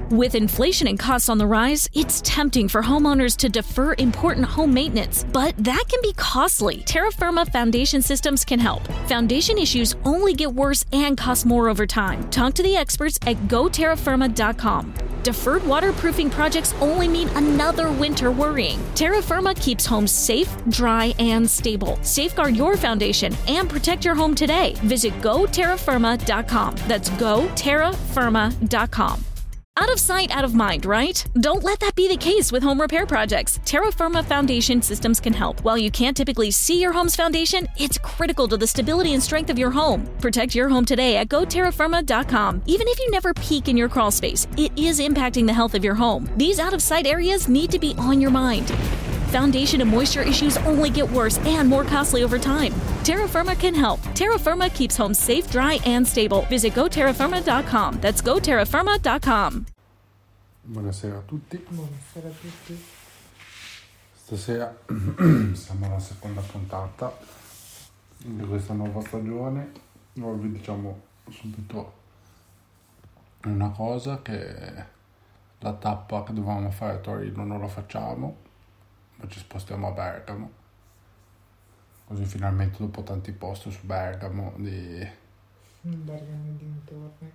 With inflation and costs on the rise, it's tempting for homeowners to defer important home maintenance, but that can be costly. Terra Firma Foundation Systems can help. Foundation issues only get worse and cost more over time. Talk to the experts at GoTerraFirma.com. Deferred waterproofing projects only mean another winter worrying. Terra Firma keeps homes safe, dry, and stable. Safeguard your foundation and protect your home today. Visit GoTerraFirma.com. That's GoTerraFirma.com. Out of sight, out of mind, right? Don't let that be the case with home repair projects. Terra Firma Foundation Systems can help. While you can't typically see your home's foundation, it's critical to the stability and strength of your home. Protect your home today at GoTerraFirma.com. Even if you never peek in your crawl space, it is impacting the health of your home. These out-of-sight areas need to be on your mind. Foundation and moisture issues only get worse and more costly over time. Terra Firma can help. Terra Firma keeps homes safe, dry, and stable. Visit GoTerraFirma.com. That's GoTerraFirma.com. Buonasera a tutti. Buonasera a tutti. Stasera siamo alla seconda puntata di questa nuova stagione. Ora vi diciamo subito una cosa, che la tappa che dovevamo fare a Torino non la facciamo, ma ci spostiamo a Bergamo, così finalmente dopo tanti post su Bergamo e dintorni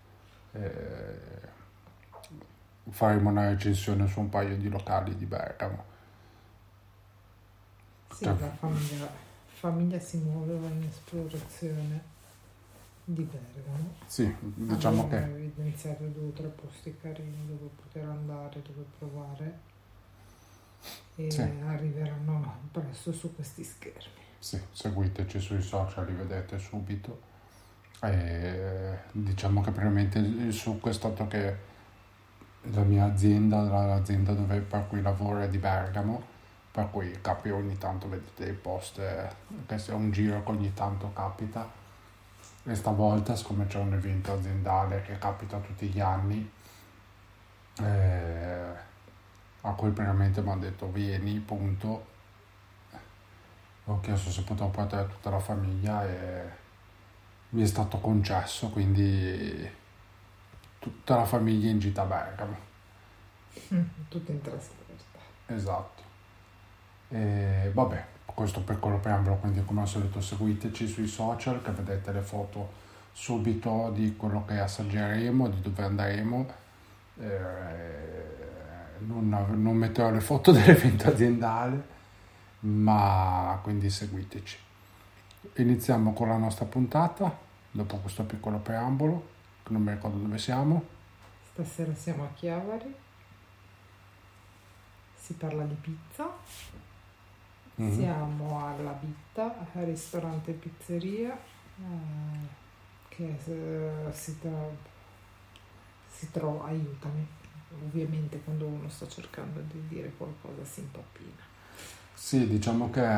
faremo una recensione su un paio di locali di Bergamo. Sì, la famiglia si muoveva in esplorazione di Bergamo. Sì, diciamo che abbiamo evidenziato 2 o 3 posti carini dove poter andare, dove provare, e sì, arriveranno presto su questi schermi. sì, seguiteci sui social, li vedete subito. Diciamo che probabilmente il succo è stato che la mia azienda, l'azienda per cui lavoro è di Bergamo, per cui capita ogni tanto, vedete dei post, che sia un giro che ogni tanto capita, e stavolta, siccome c'è un evento aziendale che capita tutti gli anni, a cui veramente mi hanno detto vieni, punto. Ho chiesto se potevo portare tutta la famiglia e mi è stato concesso, quindi tutta la famiglia in gita a Bergamo. Tutto in trasferta. Esatto. E vabbè, questo piccolo preambolo, quindi come al solito seguiteci sui social, che vedete le foto subito di quello che assaggeremo, di dove andremo. Non metterò le foto dell'evento aziendale, ma quindi seguiteci. Iniziamo con la nostra puntata, dopo questo piccolo preambolo. Non mi ricordo dove siamo. Stasera siamo a Chiavari, si parla di pizza. Siamo alla Bitta, al ristorante pizzeria, che si trova, aiutami, ovviamente quando uno sta cercando di dire qualcosa si impappina. Sì, diciamo che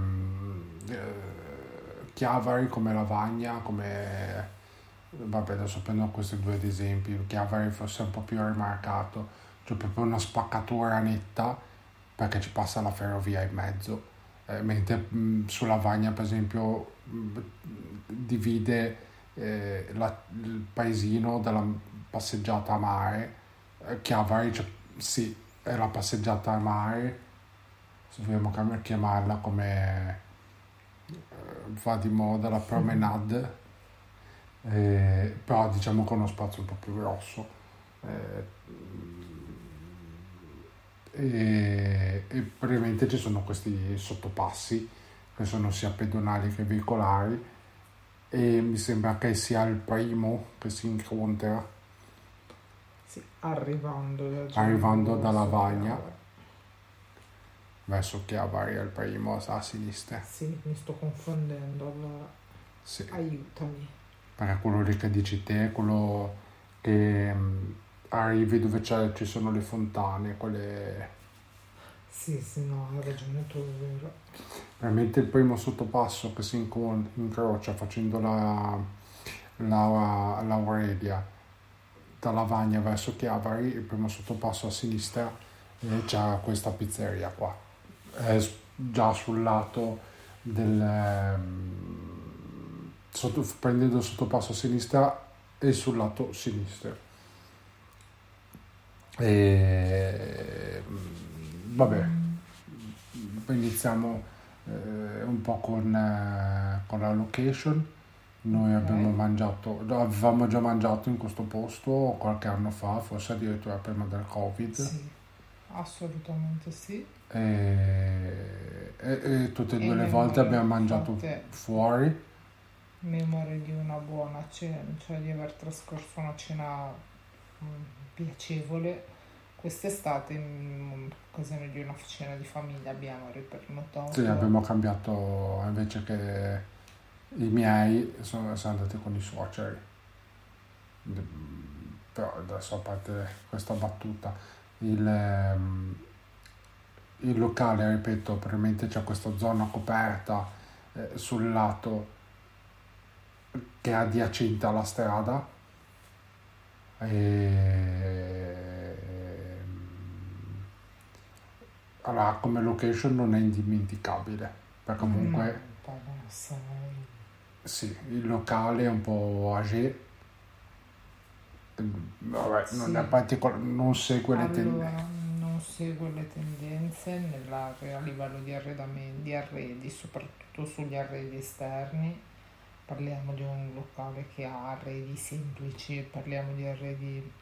Chiavari come Lavagna, come... Vabbè, adesso prendo questi 2 ad esempio. Chiavari forse è un po' più rimarcato, c'è proprio una spaccatura netta perché ci passa la ferrovia in mezzo, mentre su Lavagna per esempio divide il paesino dalla passeggiata a mare. Chiavari sì, è la passeggiata a mare, se vogliamo chiamarla come va di moda, la promenade. Però diciamo che è uno spazio un po' più grosso, e praticamente ci sono questi sottopassi che sono sia pedonali che veicolari, e mi sembra che sia il primo che si incontra, sì, arrivando da Lavagna verso Chiavari è il primo a sinistra. Sì, mi sto confondendo, allora sì. Aiutami. Perché quello lì che dici te è quello che arrivi dove ci sono le fontane, quelle... Sì, no, hai ragione tu, è vero. Veramente il primo sottopasso che si incrocia facendo l'Aurelia da Lavagna verso Chiavari, il primo sottopasso a sinistra, e c'è questa pizzeria qua. È già sul lato prendendo il sottopasso a sinistra e sul lato sinistro. E vabbè, iniziamo un po' con la location. Noi avevamo già mangiato in questo posto qualche anno fa, forse addirittura prima del Covid. Sì, assolutamente sì. E tutte e due le volte abbiamo mangiato fuori. Memoria di una buona cena, cioè di aver trascorso una cena piacevole. Quest'estate, in occasione di una cena di famiglia, abbiamo ripernottato. Sì, abbiamo cambiato, invece che i miei sono andati con i suoceri. Però adesso, a parte questa battuta, il locale, ripeto, probabilmente c'è questa zona coperta sul lato che è adiacente alla strada, allora come location non è indimenticabile, perché comunque sì, il locale è un po' age, vabbè, sì. Non è particolare, non segue le tendenze. Non segue le tendenze a livello di arredi, soprattutto sugli arredi esterni. Parliamo di un locale che ha arredi semplici, parliamo di arredi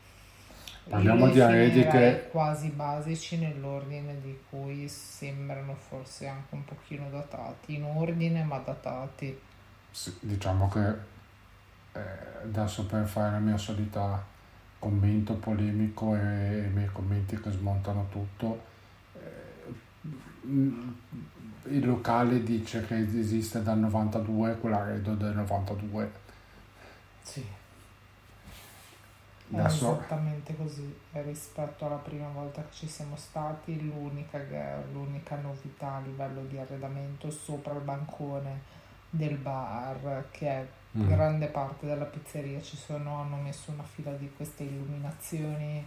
che quasi basici, nell'ordine di cui sembrano forse anche un pochino datati, in ordine ma datati. Sì, diciamo che adesso, per fare la mia solita commento polemico e i miei commenti che smontano tutto, il locale dice che esiste dal 92, quell'arredo del 92. Sì, adesso... è esattamente così. Rispetto alla prima volta che ci siamo stati, l'unica novità a livello di arredamento sopra il bancone del bar, che è grande parte della pizzeria, hanno messo una fila di queste illuminazioni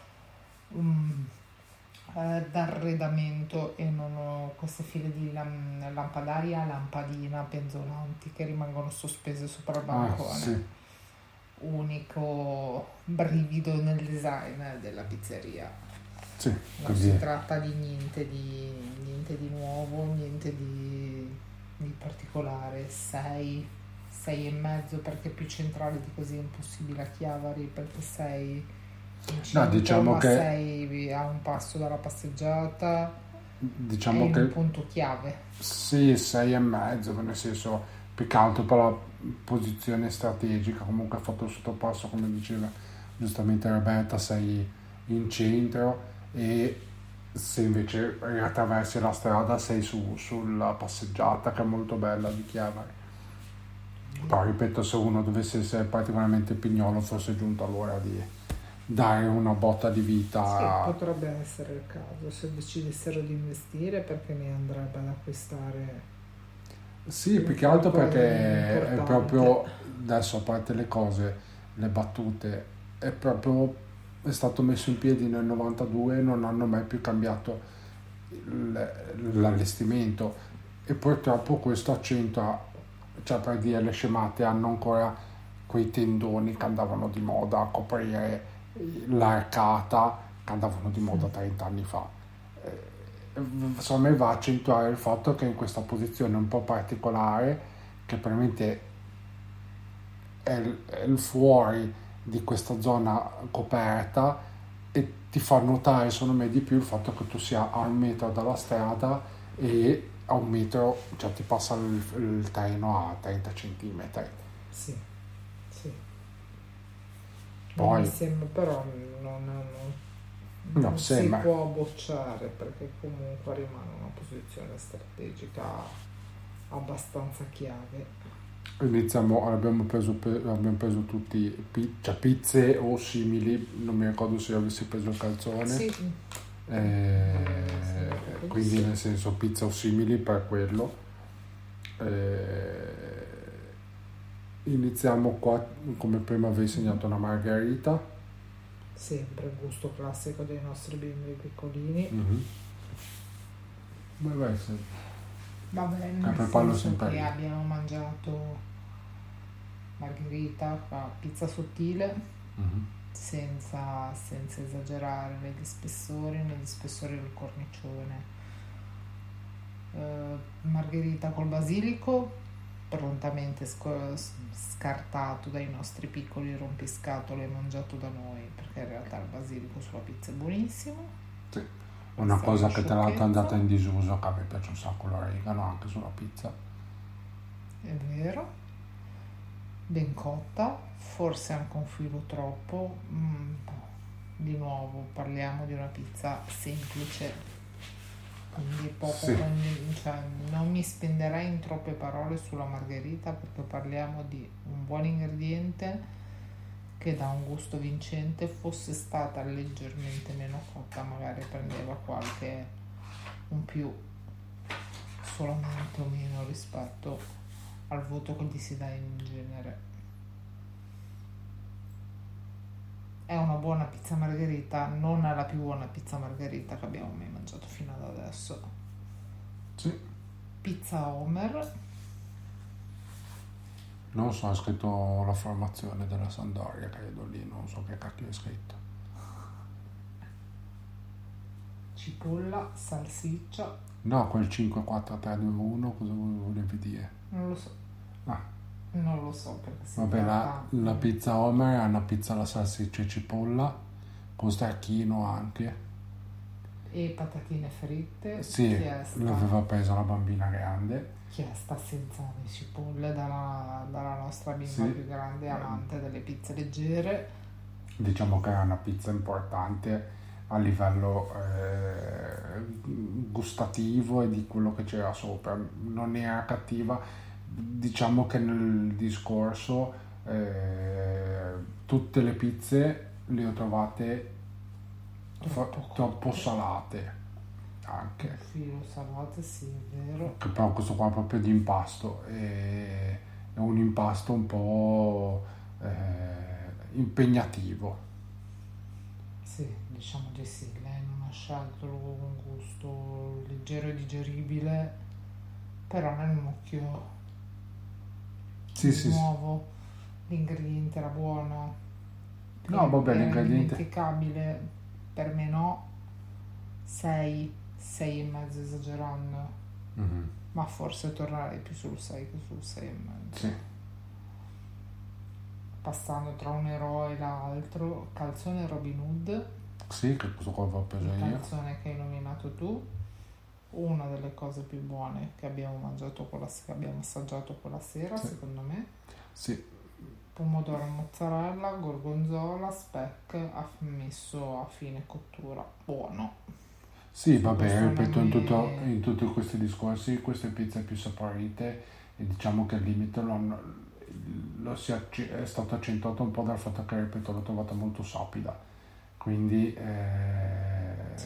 d'arredamento, e non ho queste file di lampadaria, lampadina, penzolanti che rimangono sospese sopra il bancone. Sì. Unico brivido nel design della pizzeria. Sì, non così. Si tratta di niente di nuovo, niente di particolare. 6 e mezzo, perché più centrale di così è impossibile a Chiavari, perché sei in centro, diciamo ma che sei a un passo dalla passeggiata, diciamo è che un punto chiave. sì, 6 e mezzo, nel senso, più che altro per la posizione strategica. Comunque ha fatto il sottopasso, come diceva giustamente Roberta, sei in centro, e se invece attraversi la strada sei sulla passeggiata, che è molto bella, di Chiavari. Però ripeto, se uno dovesse essere particolarmente pignolo, forse è giunta l'ora di dare una botta di vita. Sì, potrebbe essere il caso, se decidessero di investire, perché ne andrebbe ad acquistare. Sì, più che altro perché è proprio, adesso, a parte le cose, le battute, è stato messo in piedi nel 92 e non hanno mai più cambiato l'allestimento, e purtroppo questo accentua, cioè, per dire, le scemate hanno ancora quei tendoni che andavano di moda a coprire l'arcata, che andavano di moda 30 anni fa. Secondo me va a accentuare il fatto che in questa posizione un po' particolare, che probabilmente è il fuori di questa zona coperta, e ti fa notare, secondo me, di più il fatto che tu sia a 1 metro dalla strada, e a 1 metro, cioè, ti passa il treno a 30 centimetri. Sì. Poi mi sembra, però non si può bocciare, perché comunque rimane una posizione strategica abbastanza chiave. abbiamo preso tutti pizze o simili, non mi ricordo se avessi preso il calzone. Sì. Quindi nel senso pizza o simili, per quello. Iniziamo qua, come prima avevi segnato, una margherita, sempre il gusto classico dei nostri bimbi piccolini. Va bene, nel senso che abbiamo mangiato margherita, pizza sottile, senza esagerare negli spessori del cornicione. Margherita col basilico, prontamente scartato dai nostri piccoli rompiscatole e mangiato da noi, perché in realtà il basilico sulla pizza è buonissimo. Sì. Una cosa che tra l'altro è andata in disuso, che a me piace un sacco l'origano anche sulla pizza. È vero, ben cotta, forse anche un filo troppo. Di nuovo parliamo di una pizza semplice, quindi poco, Sì. cioè, non mi spenderei in troppe parole sulla margherita, perché parliamo di un buon ingrediente che dà un gusto vincente. Fosse stata leggermente meno cotta magari prendeva qualche un più solamente o meno rispetto al voto che gli si dà in genere. È una buona pizza margherita, non è la più buona pizza margherita che abbiamo mai mangiato fino ad adesso. Sì. Pizza Homer. Non so, ha scritto la formazione della Sampdoria, credo lì, non so che cacchio è scritto. Cipolla, salsiccia. No, quel 5-4-3-2-1 cosa volevi dire? Non lo so. Ah. Non lo so perché si Vabbè, la pizza Homer è una pizza alla salsiccia e cipolla, con stracchino anche. E patatine fritte. Sì, l'aveva presa la bambina grande. Chiesta senza le cipolle dalla nostra bimba Sì. più grande, amante delle pizze leggere. Diciamo che era una pizza importante a livello gustativo e di quello che c'era sopra. Non era cattiva. Diciamo che nel discorso tutte le pizze le ho trovate troppo salate anche. Un filo salate, sì, è vero. Che però questo qua è proprio di impasto, è un impasto un po' impegnativo. Sì, diciamo di sì, lei non ha scelto un gusto leggero e digeribile, però nel mucchio Sì. nuovo, l'ingrediente era buono. No, vabbè, era l'ingrediente... indimenticabile, per me no, 6 e mezzo esagerando, Mm-hmm. ma forse tornerei più sul 6 che sul 6 e mezzo. Sì. Passando tra un eroe e l'altro, calzone Robin Hood. Sì, che questo qua avevo preso Il io. calzone che hai nominato tu, una delle cose più buone che abbiamo mangiato che abbiamo assaggiato quella sera, Sì. secondo me. Sì. Pomodoro, mozzarella, gorgonzola, speck messo a fine cottura, buono. Sì, vabbè, ripeto, me- in tutti questi discorsi, queste pizze più saporite, e diciamo che il limite è stato accentuato un po' dal fatto che, ripeto, l'ho trovata molto sapida, quindi Sì.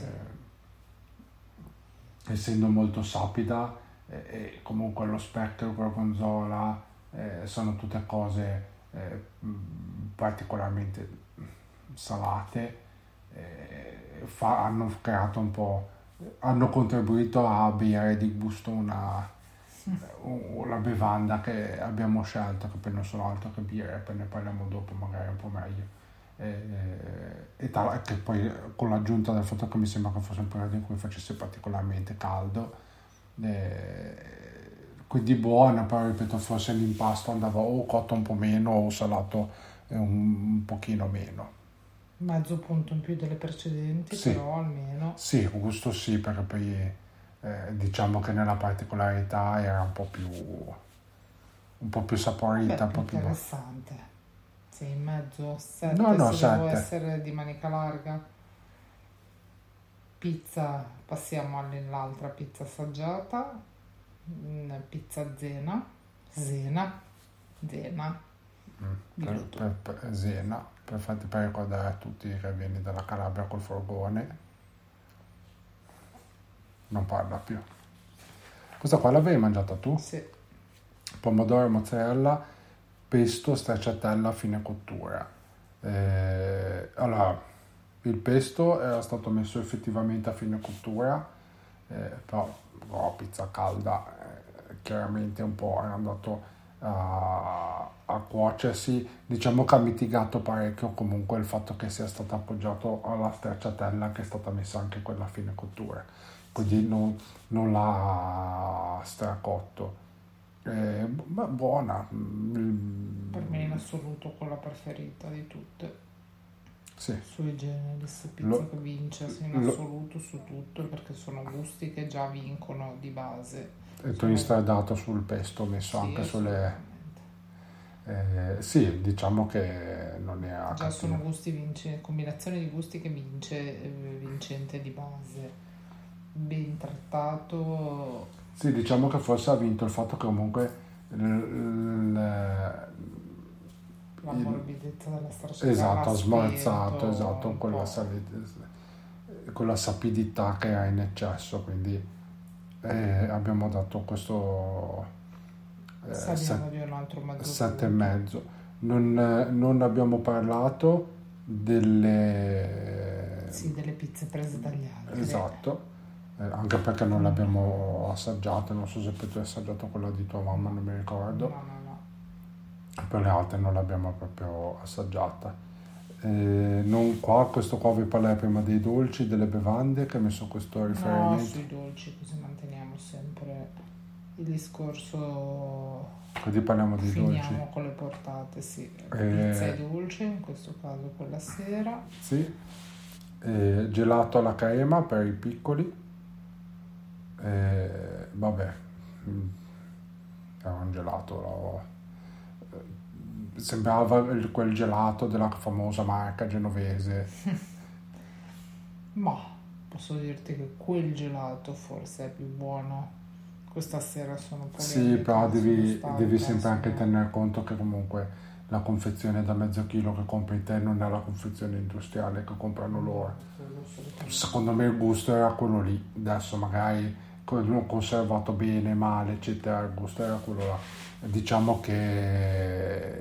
essendo molto sapida, comunque lo speck, il gorgonzola, sono tutte cose particolarmente salate, hanno creato un po', hanno contribuito a bere di gusto la bevanda che abbiamo scelto, che poi non sono altro che birre, poi ne parliamo dopo magari un po' meglio. Che poi con l'aggiunta del fatto che mi sembra che fosse un periodo in cui facesse particolarmente caldo, quindi buona, però ripeto, forse l'impasto andava o cotto un po' meno o salato un pochino meno. Mezzo punto in più delle precedenti, Sì. però almeno. Sì, gusto sì, perché poi diciamo che nella particolarità era un po' più saporita, Beh, un po' più interessante. 6 e mezzo, 7 No, se devo 7. essere di manica larga. Pizza, passiamo all'altra pizza assaggiata. Pizza Zena. Dillo tu. per Zena, per ricordare a tutti che vieni dalla Calabria col furgone. Non parla più. Questa qua l'avevi mangiata tu? Sì. Pomodoro, mozzarella, pesto, stracciatella a fine cottura. Allora, il pesto era stato messo effettivamente a fine cottura, però pizza calda, chiaramente un po' era andato a cuocersi. Diciamo che ha mitigato parecchio comunque il fatto che sia stato appoggiato alla stracciatella, che è stata messa anche quella a fine cottura, quindi non l'ha stracotto. Ma buona. Per me in assoluto quella preferita di tutte. Sì. Sui generis, pizza che vince in assoluto su tutto, perché sono gusti che già vincono di base. E tu gli stai dato sul pesto, messo anche sulle... sì, diciamo che non è già cattivo. Sono gusti combinazione di gusti che vincente di base, ben trattato. Sì, diciamo che forse ha vinto il fatto che comunque la morbidezza della stracciatella, esatto, ha smorzato, esatto, con la sapidità che ha in eccesso, quindi abbiamo dato questo di un altro mezzo 7,5. Non abbiamo parlato delle pizze prese dagli altri, esatto, anche perché non l'abbiamo assaggiata. Non so se tu hai assaggiato quella di tua mamma, non mi ricordo. No. Per le altre non l'abbiamo proprio assaggiata. Questo qua vi parlai prima dei dolci, delle bevande, che ha messo questo riferimento. No, sui dolci, così manteniamo sempre il discorso. Così parliamo dei dolci. Finiamo con le portate, sì. Pizza e dolci, in questo caso quella sera. Sì. Gelato alla crema per i piccoli. Vabbè, era un gelato, sembrava quel gelato della famosa marca genovese. Ma posso dirti che quel gelato forse è più buono. Questa sera sono polemica. Sì, però devi sempre anche tenere conto che comunque la confezione da mezzo chilo che compri te non è la confezione industriale che comprano loro. Secondo me il gusto era quello lì. Adesso magari non conservato bene, male, eccetera, il gusto era quello là. Diciamo che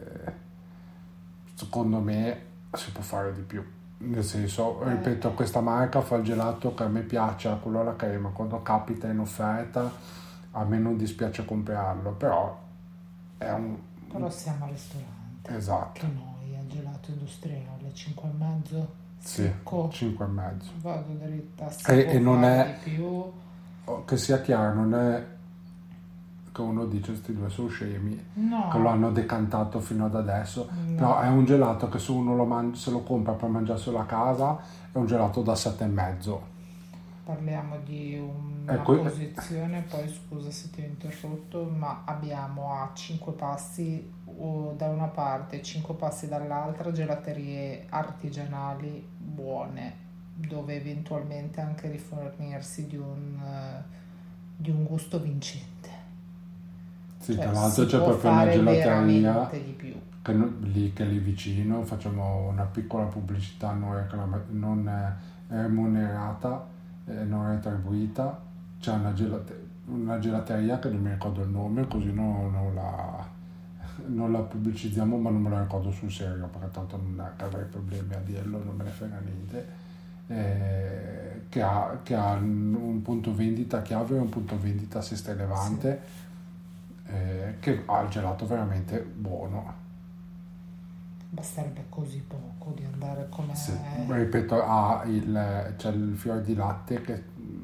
secondo me si può fare di più, nel senso, ripeto, questa marca fa il gelato che a me piace, quello alla crema, quando capita in offerta a me non dispiace comprarlo, però siamo al ristorante, esatto, che noi al gelato industriale 5,5 secco, sì, 5,5 vado dritta, e non è di più. Che sia chiaro, non è che uno dice questi due sono scemi, no, che lo hanno decantato fino ad adesso, no. Però è un gelato che se uno se lo compra per mangiarselo a casa è un gelato da 7,5. Parliamo di una posizione, poi scusa se ti ho interrotto, ma abbiamo a 5 passi da una parte, 5 passi dall'altra, gelaterie artigianali buone, dove eventualmente anche rifornirsi di un gusto vincente. Sì, tra l'altro c'è proprio una gelateria che lì vicino, facciamo una piccola pubblicità non remunerata, non retribuita. C'è una gelateria che non mi ricordo il nome, così non la pubblicizziamo, ma non me la ricordo sul serio, perché tanto non è che avrei problemi a dirlo, non me ne frega niente. Che ha un punto vendita a Chiavari e un punto vendita a Sesta Levante, sì. Che ha il gelato veramente buono. Basterebbe così poco di andare come sì. Ripeto, c'è il fiore di latte che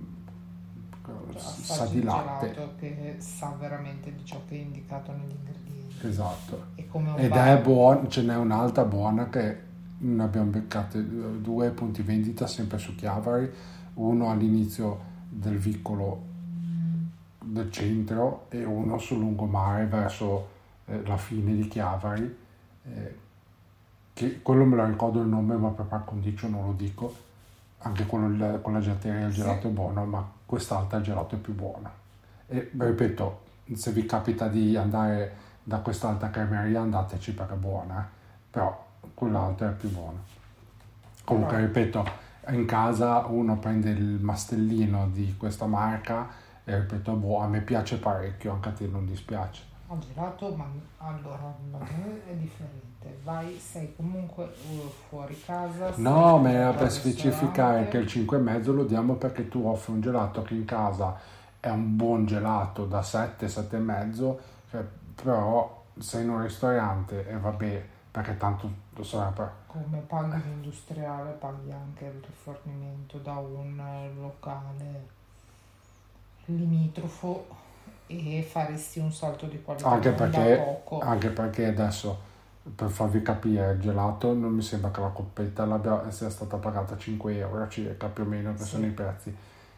sa di latte, che sa veramente di ciò che è indicato negli ingredienti, esatto, ed è buono. Ce n'è un'altra buona che ne abbiamo beccate 2 punti vendita sempre su Chiavari, uno all'inizio del vicolo del centro e uno sul lungomare verso la fine di Chiavari, che quello me lo ricordo il nome, ma per par condicio non lo dico. Anche quello con la gelateria il gelato è buono, ma quest'altra il gelato è più buono. E ripeto, se vi capita di andare da quest'altra cremeria andateci perché è buona, però quell'altra è più buona. Comunque ripeto, in casa uno prende il mastellino di questa marca e ripeto, a me piace parecchio, anche a te non dispiace. Ho gelato, ma allora è differente, sei comunque fuori casa. No, ma era per specificare che il 5,5 lo diamo perché tu offri un gelato che in casa è un buon gelato da 7,5, però sei in un ristorante e vabbè, perché tanto lo so, Come paghi l'industriale, paghi anche il rifornimento da un locale limitrofo e faresti un salto di qualità anche non da perché, poco. anche perché adesso, per farvi capire, il gelato non mi sembra che la coppetta sia stata pagata 5 euro circa, più o meno, che Sì. sono i prezzi.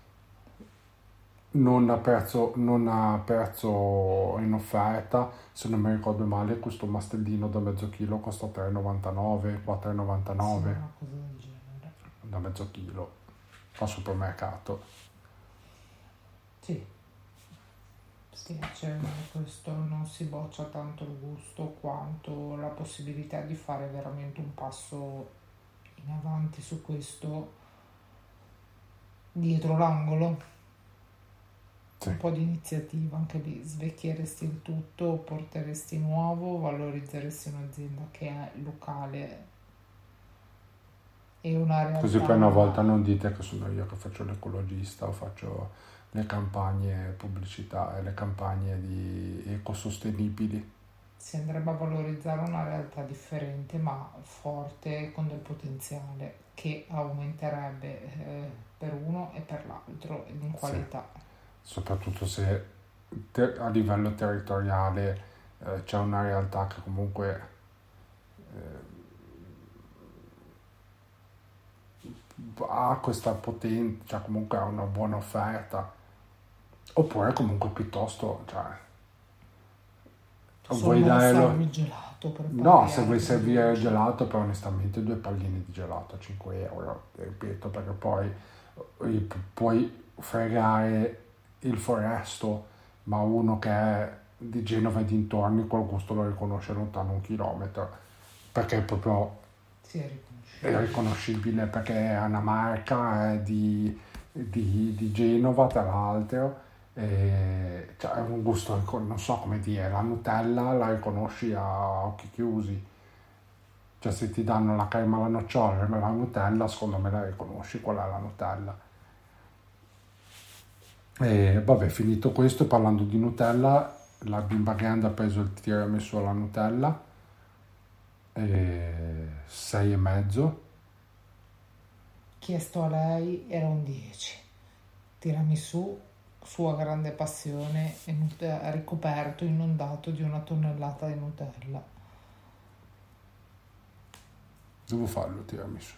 Non a prezzo in offerta, se non mi ricordo male, questo mastellino da mezzo chilo costa 3,99, 4,99 Sì, una cosa del genere. da mezzo chilo al supermercato. Sì, cioè, questo non si boccia tanto il gusto quanto la possibilità di fare veramente un passo in avanti su questo dietro l'angolo. Sì. Un po' di iniziativa, anche lì svecchieresti il tutto, porteresti nuovo, valorizzeresti un'azienda che è locale e una realtà. Così per una volta non dite che sono io che faccio l'ecologista o faccio le campagne pubblicità e le campagne di ecosostenibili. Si andrebbe a valorizzare una realtà differente ma forte, con del potenziale che aumenterebbe per uno e per l'altro in qualità. Sì. Soprattutto se a livello territoriale c'è una realtà che comunque ha questa potenza, cioè comunque ha una buona offerta, oppure comunque piuttosto, cioè, vuoi dare servi il gelato per no, se vuoi servire il gelato, però onestamente 2 palline di gelato a 5 euro, ripeto, perché poi puoi fregare il Foresto, ma uno che è di Genova e dintorni quel gusto lo riconosce lontano 1 chilometro, perché è proprio è riconoscibile, perché è una marca di Genova, tra l'altro, cioè è un gusto, non so come dire, la Nutella la riconosci a occhi chiusi, cioè se ti danno la crema alla nocciola e la Nutella, secondo me la riconosci qual è la Nutella. E vabbè, finito questo, parlando di Nutella, la bimba grande ha preso il tiramisù alla Nutella, 6,5. Chiesto a lei era un 10. Tiramisù, sua grande passione, ricoperto, inondato di 1 tonnellata di Nutella. Devo farlo il tiramisù.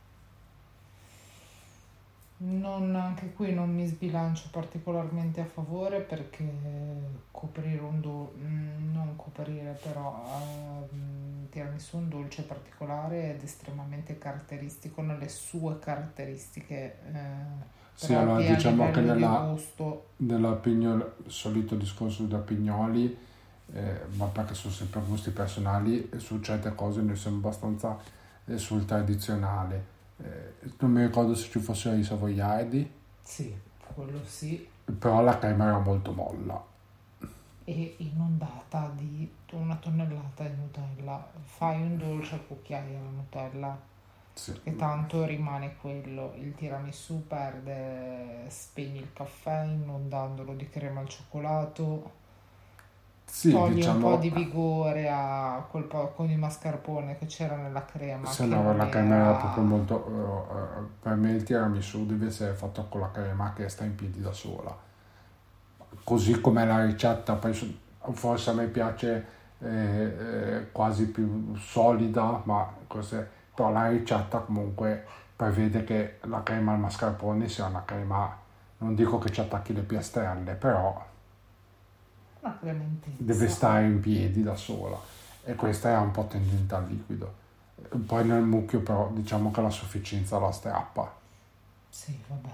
Anche qui non mi sbilancio particolarmente a favore, perché coprire non coprire, però tiramisù è un dolce particolare ed estremamente caratteristico nelle sue caratteristiche. Sì, allora diciamo che nella gusto. solito discorso da Pignoli, ma perché sono sempre gusti personali, su certe cose noi siamo abbastanza sul tradizionale. Non mi ricordo se ci fossero i savoiardi. Sì, quello sì. Però la crema era molto molla. E inondata di 1 tonnellata di Nutella. Fai un dolce a cucchiaio alla Nutella. Sì. Perché tanto rimane quello. Il tiramisù spegni il caffè inondandolo di crema al cioccolato. Sì, togli diciamo, un po' di vigore a quel po' di mascarpone che c'era nella crema. se no la crema era proprio molto per me il tiramisù deve essere fatto con la crema che sta in piedi da sola, così come la ricetta. Poi forse a me piace quasi più solida, ma però la ricetta comunque prevede che la crema al mascarpone sia una crema, non dico che ci attacchi le piastrelle, però una crema intensa. deve stare in piedi da sola, e questa è un po' tendente al liquido. Poi nel mucchio però diciamo che la sufficienza la strappa. Sì, vabbè.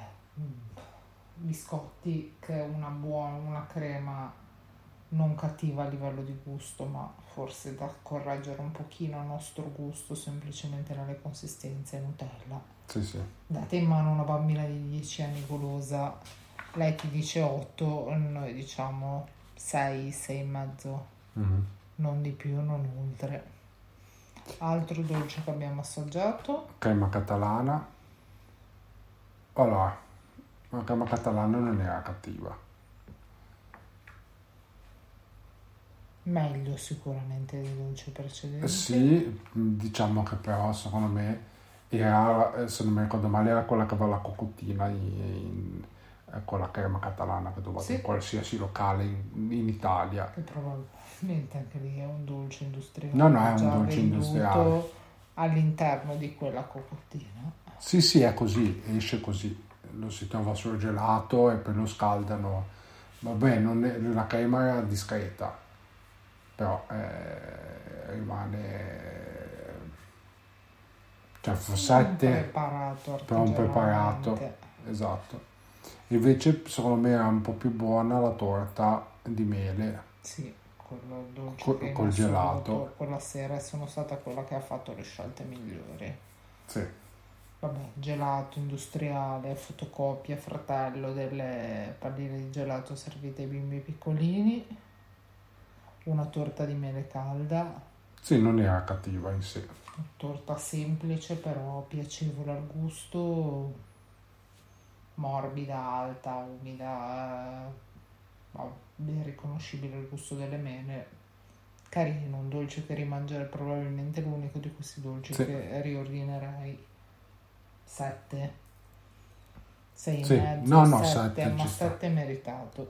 Biscotti, che è una crema non cattiva a livello di gusto, ma forse da correggere un pochino a nostro gusto, semplicemente nelle consistenze. Nutella. Sì. Date in mano una bambina di 10 anni golosa, lei ti dice 8, noi diciamo 6, 6,5, non di più, non oltre. Altro dolce che abbiamo assaggiato? Crema catalana. Allora, la crema catalana non era cattiva. Meglio sicuramente dei dolci precedenti. Sì, diciamo che però secondo me era, se non mi ricordo male, era quella che aveva la cocottina con la crema catalana che trovate in qualsiasi locale in Italia. Che probabilmente anche lì è un dolce industriale. No, è un già dolce industriale. All'interno di quella cocottina. Sì, è così, esce così. Lo si trova sul gelato e poi lo scaldano. Vabbè, la crema era discreta, però rimane... Cioè, fossette, però un preparato, esatto. Invece, secondo me, era un po' più buona la torta di mele. Sì, quello dolce col gelato. Quella sera sono stata quella che ha fatto le scelte migliori. Sì. Vabbè, gelato industriale, fotocopia, fratello delle palline di gelato servite ai bimbi piccolini, una torta di mele calda. Sì, non era cattiva in sé. Torta semplice però piacevole al gusto, morbida, alta, umida, ben riconoscibile il gusto delle mele. Carino, un dolce che rimangerei, probabilmente l'unico di questi dolci che riordinerei. 7, 6 sì. e mezzo, no 7, ma 7 è meritato.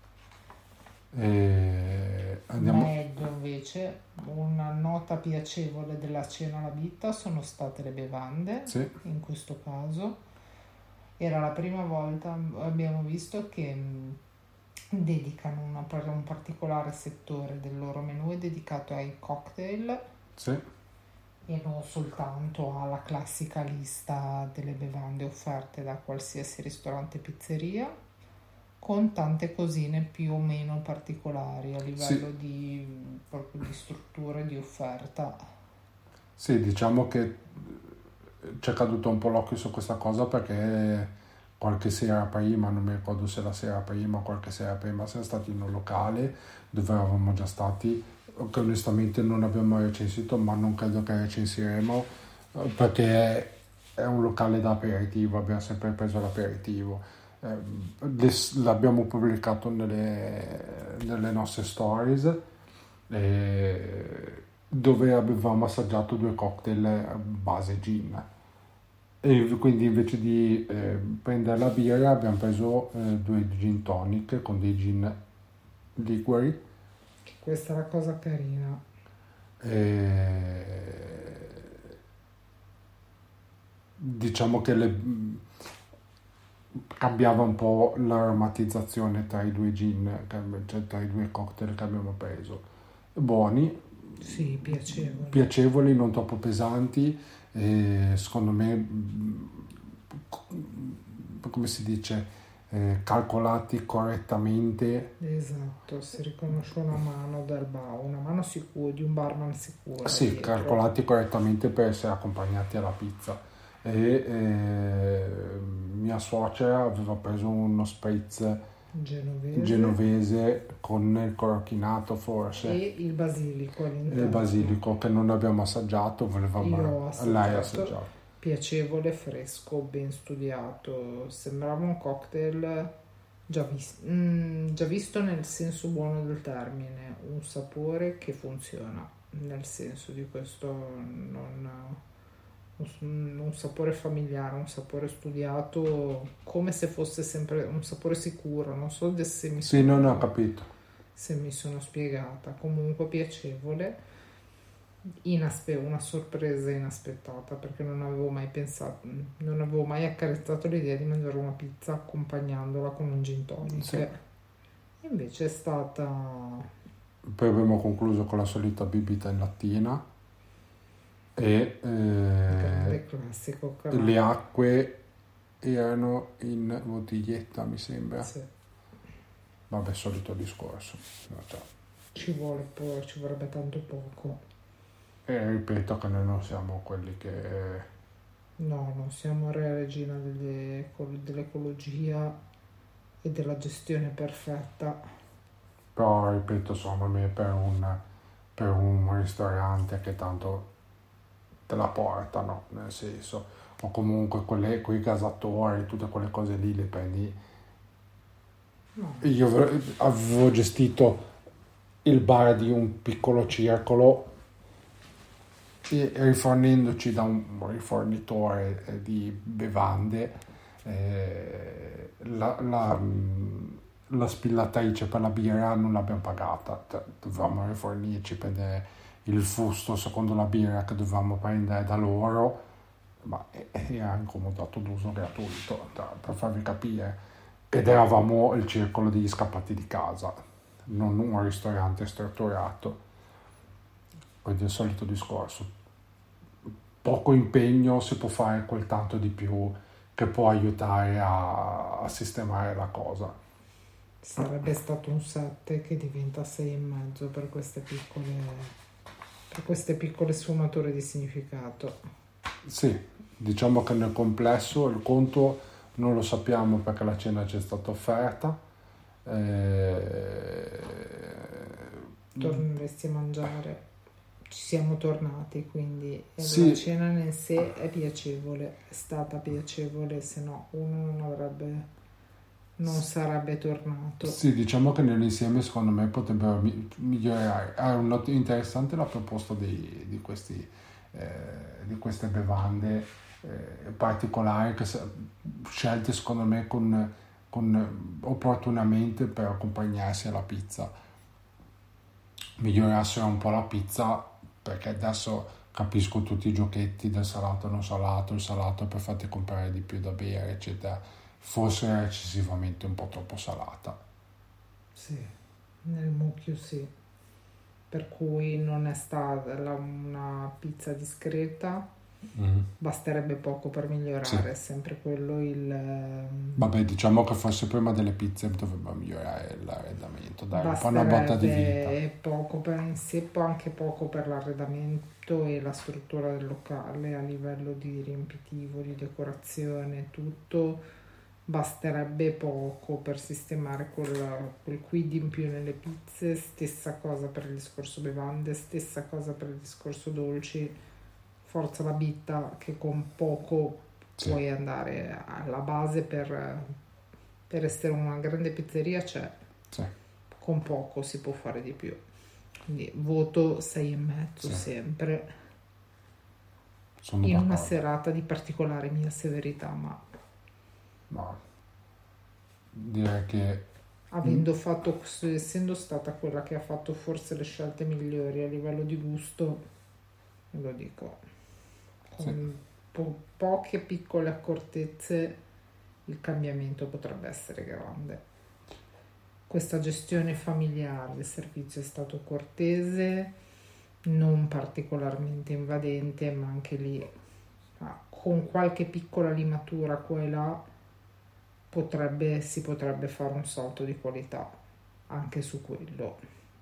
Andiamo. Meglio invece, una nota piacevole della cena alla vita sono state le bevande. Sì. In questo caso era la prima volta, abbiamo visto che dedicano un particolare settore del loro menù è dedicato ai cocktail. Sì. E non soltanto alla classica lista delle bevande offerte da qualsiasi ristorante e pizzeria, con tante cosine più o meno particolari a livello proprio di struttura e di offerta. Sì, diciamo che c'è caduto un po' l'occhio su questa cosa perché qualche sera prima, non mi ricordo se la sera prima o qualche sera prima, siamo stati in un locale dove eravamo già stati, che onestamente non abbiamo recensito, ma non credo che recensiremo perché è un locale da aperitivo, abbiamo sempre preso l'aperitivo. L'abbiamo pubblicato nelle nostre stories dove avevamo assaggiato 2 cocktail base gin e quindi invece di prendere la birra abbiamo preso 2 gin tonic con dei gin liquori. Questa è la cosa carina. Diciamo che cambiava un po' l'aromatizzazione tra i 2 gin, cioè tra i 2 cocktail che abbiamo preso. Buoni, sì, piacevoli, non troppo pesanti, secondo me, come si dice, calcolati correttamente. Esatto, si riconosce una mano una mano sicura, di un barman sicuro. Sì, dietro. calcolati correttamente per essere accompagnati alla pizza. E mia suocera aveva preso uno spritz genovese con il crocchinato forse e il basilico all'interno. Il basilico che non abbiamo assaggiato, lei ha assaggiato. Piacevole, fresco, ben studiato, sembrava un cocktail già visto nel senso buono del termine, un sapore che funziona, nel senso di questo un sapore familiare, un sapore studiato, come se fosse sempre un sapore sicuro, non so se mi sì, non ho capito se mi sono spiegata, comunque piacevole. Una sorpresa inaspettata perché non avevo mai accarezzato l'idea di mangiare una pizza accompagnandola con un gin tonic. Sì. Invece è stata... Poi abbiamo concluso con la solita bibita in lattina e grande classico, le acque erano in bottiglietta, mi sembra. Sì. Vabbè, solito discorso. Ci vorrebbe tanto poco. E ripeto che noi non siamo quelli che... No, non siamo re regina dell'ecologia e della gestione perfetta. Però, ripeto, secondo me per un ristorante che tanto te la portano, nel senso, o comunque quei gasatori, tutte quelle cose lì le prendi. No. Io avevo gestito il bar di un piccolo circolo e rifornendoci da un rifornitore di bevande, la spillatrice per la birra non l'abbiamo pagata, dovevamo rifornirci per il fusto secondo la birra che dovevamo prendere da loro, ma era in comodato d'uso gratuito, per farvi capire, ed eravamo il circolo degli scappati di casa, non un ristorante strutturato. Quindi il solito discorso, poco impegno si può fare quel tanto di più che può aiutare a sistemare la cosa. Sarebbe stato un 7 che diventa 6,5 per queste piccole sfumature di significato. Sì, diciamo che nel complesso il conto non lo sappiamo perché la cena ci è stata offerta. Torneresti a mangiare? Ci siamo tornati, quindi sì. La cena in sé è piacevole, è stata piacevole, se no uno non sarebbe tornato. Sì, diciamo che nell'insieme secondo me potrebbero migliorare. Interessante la proposta di queste bevande particolari che scelte secondo me con opportunamente per accompagnarsi alla pizza. Migliorassero un po' la pizza, perché adesso capisco tutti i giochetti del salato non salato, il salato per farti comprare di più da bere eccetera, forse era eccessivamente un po' troppo salata. Sì, nel mucchio sì, per cui non è stata una pizza discreta. Basterebbe poco per migliorare, sì. È sempre quello il... Vabbè, diciamo che forse prima delle pizze dovrebbe migliorare l'arredamento, dare un po' una botta di vita. Poco per in sé, anche poco per l'arredamento e la struttura del locale a livello di riempitivo, di decorazione, tutto. Basterebbe poco per sistemare quel quid in più nelle pizze. Stessa cosa per il discorso bevande, stessa cosa per il discorso dolci. Forza la bitta che con poco sì. Puoi andare alla base per essere una grande pizzeria, c'è. Sì. Con poco si può fare di più. Quindi voto 6,5 sì. Sempre. Sono in d'accordo. Una serata di particolare mia severità, ma direi che essendo stata quella che ha fatto forse le scelte migliori a livello di gusto, lo dico. Con poche piccole accortezze il cambiamento potrebbe essere grande. Questa gestione familiare del servizio è stato cortese, non particolarmente invadente, ma anche lì con qualche piccola limatura qua e là si potrebbe fare un salto di qualità anche su quello.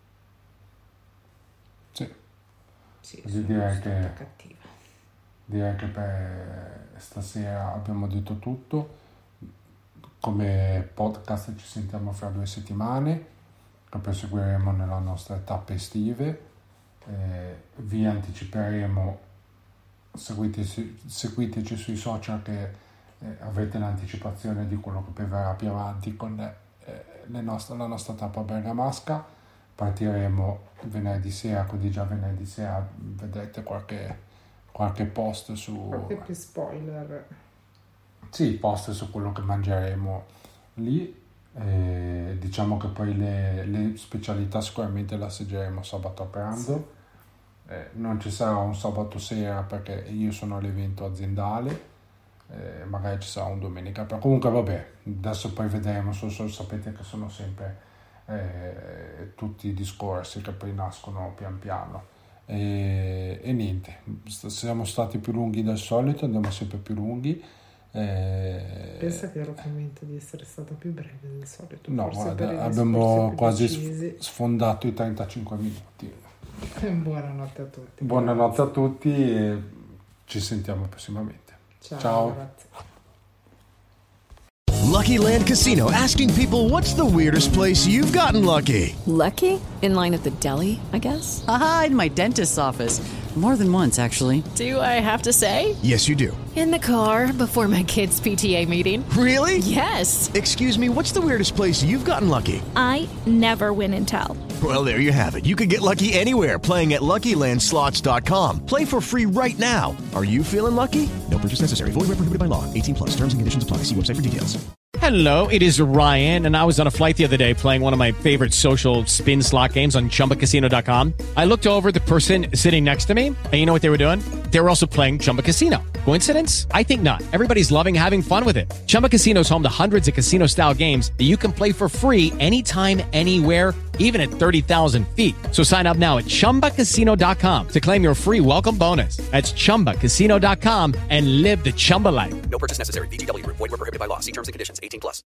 Sì, sono stata cattiva. Direi che per stasera abbiamo detto tutto. Come podcast ci sentiamo fra 2 settimane, che proseguiremo nella nostra tappa estive. Vi anticiperemo, seguiteci sui social che avrete l'anticipazione di quello che verrà più avanti con la nostra tappa bergamasca. Partiremo venerdì sera, quindi già venerdì sera vedrete qualche post su... Qualche più spoiler. Sì, post su quello che mangeremo lì. Diciamo che poi le specialità sicuramente le assaggeremo sabato a pranzo. Sì. Non ci sarà un sabato sera perché io sono all'evento aziendale. Magari ci sarà un domenica. Però comunque vabbè, adesso poi vedremo. Sapete che sono sempre tutti i discorsi che poi nascono pian piano. E niente, siamo stati più lunghi del solito, andiamo sempre più lunghi. Pensa che ero convinta di essere stata più breve del solito. No, guarda, abbiamo quasi sfondato i 35 minuti. Buonanotte a tutti. Buonanotte a tutti e ci sentiamo prossimamente. Ciao. Grazie. Lucky Land Casino, asking people, what's the weirdest place you've gotten lucky? Lucky? In line at the deli, I guess? Aha, in my dentist's office. More than once, actually. Do I have to say? Yes, you do. In the car before my kids' PTA meeting. Really? Yes. Excuse me, what's the weirdest place you've gotten lucky? I never win and tell. Well, there you have it. You can get lucky anywhere, playing at LuckyLandSlots.com. Play for free right now. Are you feeling lucky? No purchase necessary. Void where prohibited by law. 18 plus. Terms and conditions apply. See website for details. Hello, it is Ryan, and I was on a flight the other day playing one of my favorite social spin slot games on ChumbaCasino.com. I looked over at the person sitting next to me, and you know what they were doing? They were also playing Chumba Casino. Coincidence? I think not. Everybody's loving having fun with it. Chumba Casino is home to hundreds of casino-style games that you can play for free anytime, anywhere, even at 30,000 feet. So sign up now at ChumbaCasino.com to claim your free welcome bonus. That's ChumbaCasino.com and live the Chumba life. No purchase necessary. VGW. Void where prohibited by law. See terms and conditions. 18 plus.